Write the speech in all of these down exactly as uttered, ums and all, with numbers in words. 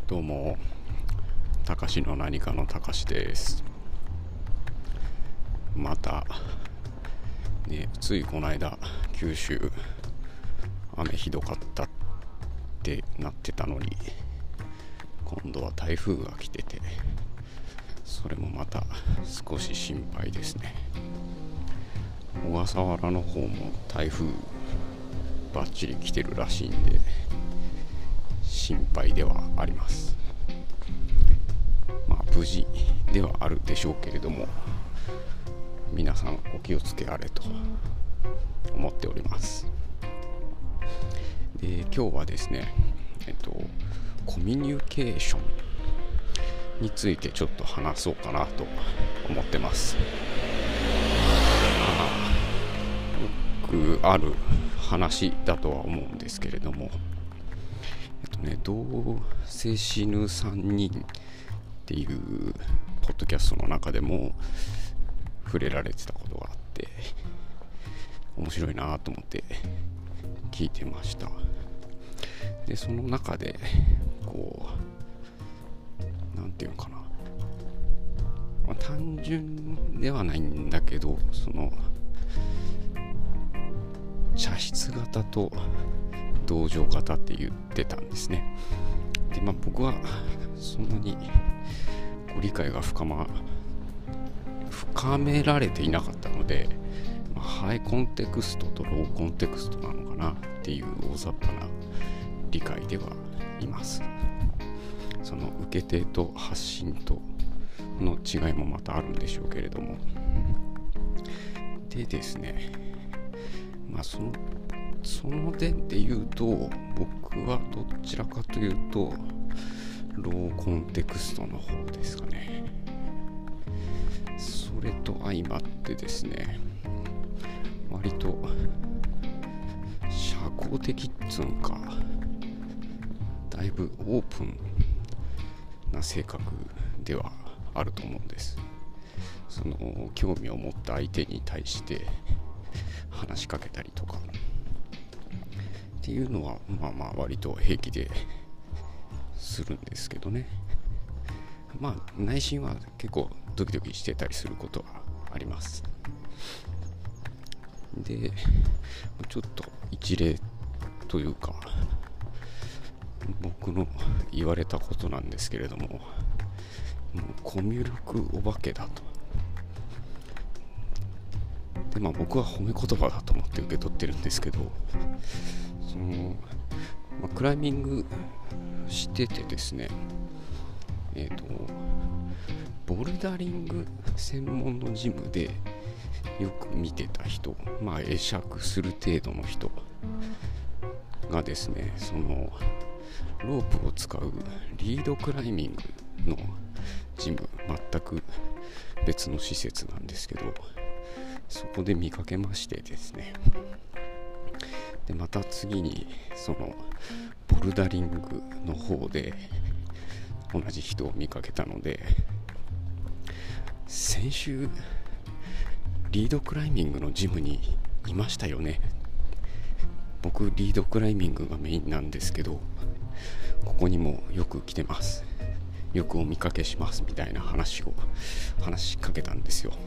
どうも、たかしの何かのたかしです。また、ね、ついこの間、九州、雨ひどかったってなってたのに、今度は台風が来てて、それもまた少し心配ですね。小笠原の方も台風バッチリ来てるらしいんで、心配ではあります。まあ無事ではあるでしょうけれども、皆さんお気をつけあれと思っております。で、今日はですね、えっとコミュニケーションについてちょっと話そうかなと思ってます。よくある話だとは思うんですけれども、えっとね、どうせ死ぬさんにんっていうポッドキャストの中でも触れられてたことがあって、面白いなと思って聞いてました。で、その中でこうなんていうのかな、まあ、単純ではないんだけど、その茶室型と同情型って言ってたんですね。で、まあ僕はそんなにご理解が深ま深められていなかったので、まあ、ハイコンテクストとローコンテクストなのかなっていう大雑把な理解ではいます。その受け手と発信との違いもまたあるんでしょうけれども、でですね、まあそのその点で言うと、僕はどちらかというとローコンテクストの方ですかね。それと相まってですね、割と社交的っつうんか、だいぶオープンな性格ではあると思うんです。その興味を持った相手に対して話しかけたりとかっていうのは、まあまあ割と平気でするんですけどね。まあ内心は結構ドキドキしてたりすることはあります。で、ちょっと一例というか、僕の言われたことなんですけれども、もうコミュ力お化けだと。で、まあ僕は褒め言葉だと思って受け取ってるんですけど、その、まあ、クライミングしててですね、えっとボルダリング専門のジムでよく見てた人、まあ会釈する程度の人がですね、そのロープを使うリードクライミングのジム、全く別の施設なんですけど、そこで見かけましてですね、でまた次にそのボルダリングの方で同じ人を見かけたので、先週リードクライミングのジムにいましたよね。僕リードクライミングがメインなんですけど、ここにもよく来てます、よくお見かけしますみたいな話を話しかけたんですよ。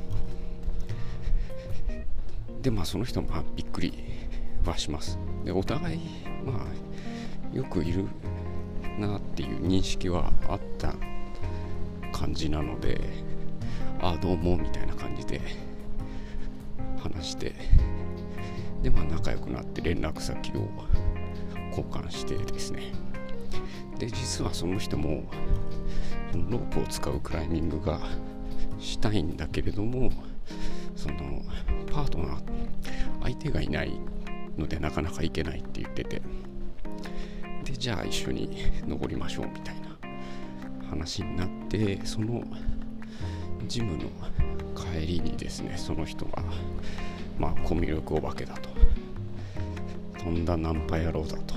で、まあその人もまあびっくりはします。で、お互いまあよくいるなっていう認識はあった感じなので、ああどうもみたいな感じで話して、でまあ仲良くなって連絡先を交換してですね、で実はその人もロープを使うクライミングがしたいんだけれども、そのパートナー相手がいないのでなかなか行けないって言ってて、でじゃあ一緒に登りましょうみたいな話になって、そのジムの帰りにですね、その人がまあコミュ力お化けだと、とんだナンパ野郎だと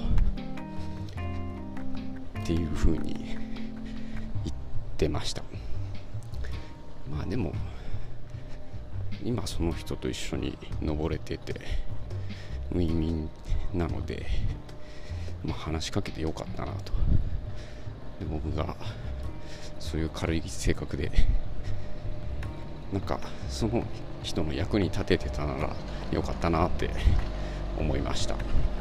っていう風に言ってました。まあでも今その人と一緒に登れててウィンウィンなので、まあ、話しかけてよかったなとで僕がそういう軽い性格でなんかその人の役に立ててたならよかったなって思いました。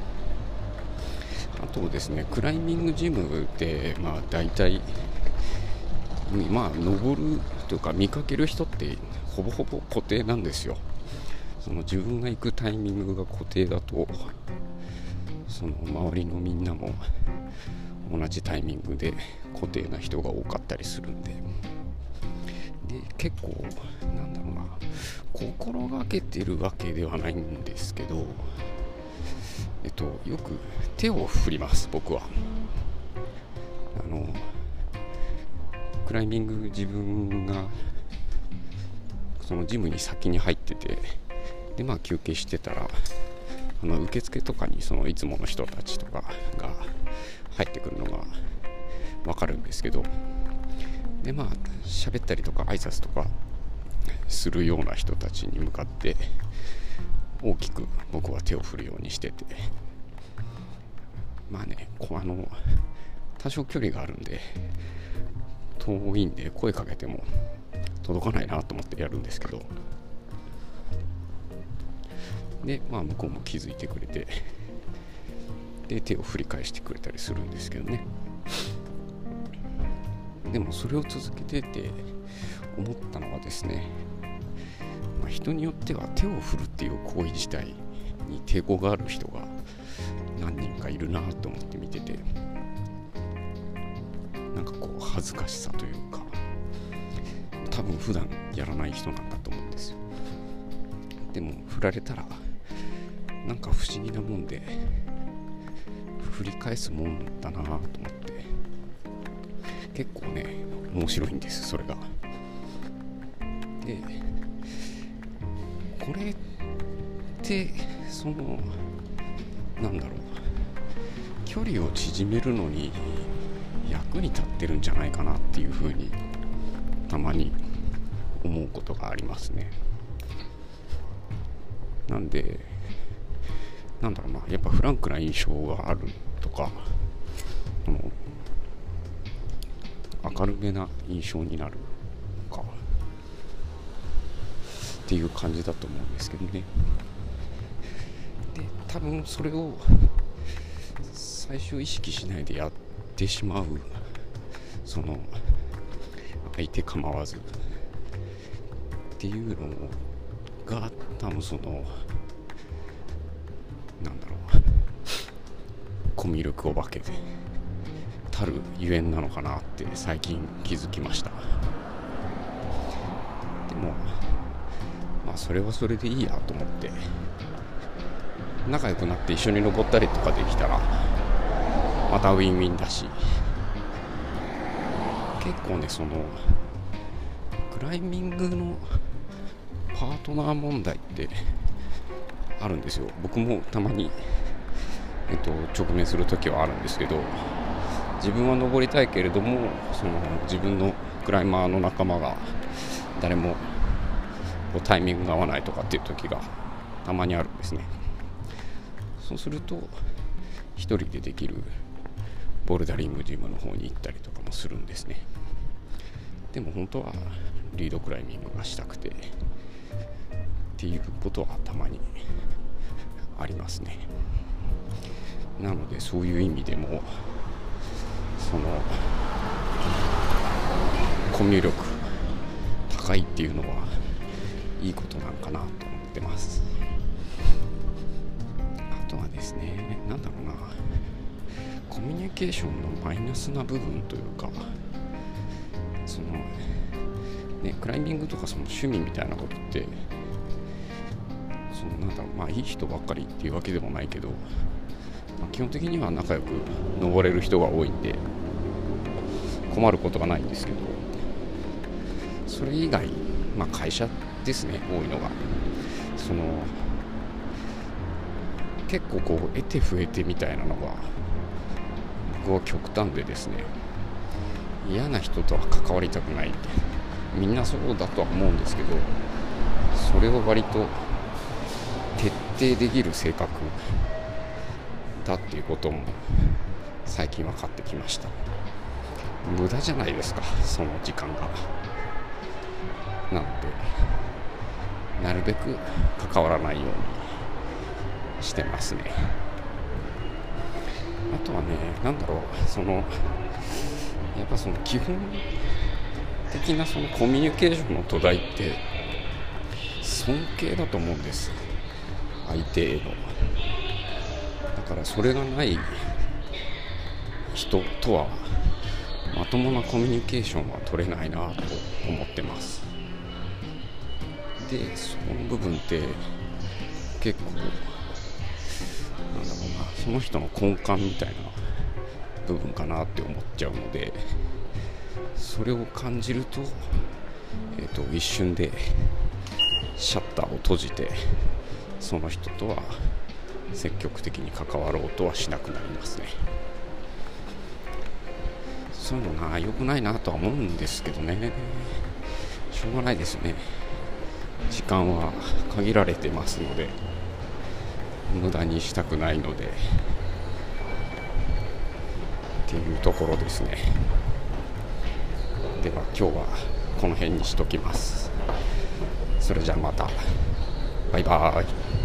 あとですね、クライミングジムってまあ大体まあ登るというか見かける人ってほぼほぼ固定なんですよ。その自分が行くタイミングが固定だとその周りのみんなも同じタイミングで固定な人が多かったりするんで、で結構なんだろうな、心がけてるわけではないんですけど、えっとよく手を振ります僕は。あのクライミング自分がそのジムに先に入ってて、でまあ休憩してたらあの受付とかにそのいつもの人たちとかが入ってくるのが分かるんですけど、でまあ喋ったりとか挨拶とかするような人たちに向かって大きく僕は手を振るようにしてて、まあねこあの多少距離があるんで遠いんで声かけても届かないなと思ってやるんですけど、でまあ向こうも気づいてくれて、で手を振り返してくれたりするんですけどね。でもそれを続けてて思ったのはですね、まあ、人によっては手を振るっていう行為自体に抵抗がある人が何人かいるなと思って見てて、なんかこう恥ずかしさというか、多分普段やらない人なんだと思うんですよ。でも振られたらなんか不思議なもんで振り返すもんだなと思って、結構ね面白いんですそれが。でこれってそのなんだろう、距離を縮めるのに役に立ってるんじゃないかなっていうふうにたまに思うことがありますね。なんでなんだろうな、やっぱフランクな印象があるとか、この明るめな印象になるとかっていう感じだと思うんですけどね。で多分それを最初意識しないでやってしまう、その相手構わずっていうのが多分そのなんだろう、コミュ力お化けでたるゆえんなのかなって最近気づきました。でもまあそれはそれでいいやと思って、仲良くなって一緒に登ったりとかできたらまたウィンウィンだし、結構ねそのクライミングのパートナー問題ってあるんですよ。僕もたまに、えっと、直面するときはあるんですけど、自分は登りたいけれどもその自分のクライマーの仲間が誰もこうタイミングが合わないとかっていう時がたまにあるんですね。そうすると一人でできるボルダリングジムの方に行ったりとかもするんですね。でも本当はリードクライミングがしたくてっていうことはたまにありますね。なのでそういう意味でもそのコミュ力高いっていうのはいいことなんかなと思ってます。あとはですね、なんだろうな、コミュニケーションのマイナスな部分というか、そのねクライミングとかその趣味みたいなことってそのなんだろう、まあいい人ばっかりっていうわけでもないけど、まあ、基本的には仲良く登れる人が多いんで困ることがないんですけど、それ以外、まあ、会社ですね多いのが、その結構こう得て増えてみたいなのが僕は極端でですね、嫌な人とは関わりたくないって、みんなそうだとは思うんですけど、それを割と徹底できる性格だっていうことも最近分かってきました。 無駄じゃないですか、その時間が。なのでなるべく関わらないようにしてますね。あとはね、なんだろう、そのやっぱその基本的なそのコミュニケーションの土台って尊敬だと思うんです、相手への。だからそれがない人とはまともなコミュニケーションは取れないなと思ってます。でその部分って結構なんだろうな、その人の根幹みたいな部分かなって思っちゃうので、それを感じると、えーと、一瞬でシャッターを閉じてその人とは積極的に関わろうとはしなくなりますね。そういうのな、良くないなとは思うんですけどね、しょうがないですね。時間は限られてますので無駄にしたくないのでっていうところですね。では今日はこの辺にしときます。それじゃあまた、バイバーイ。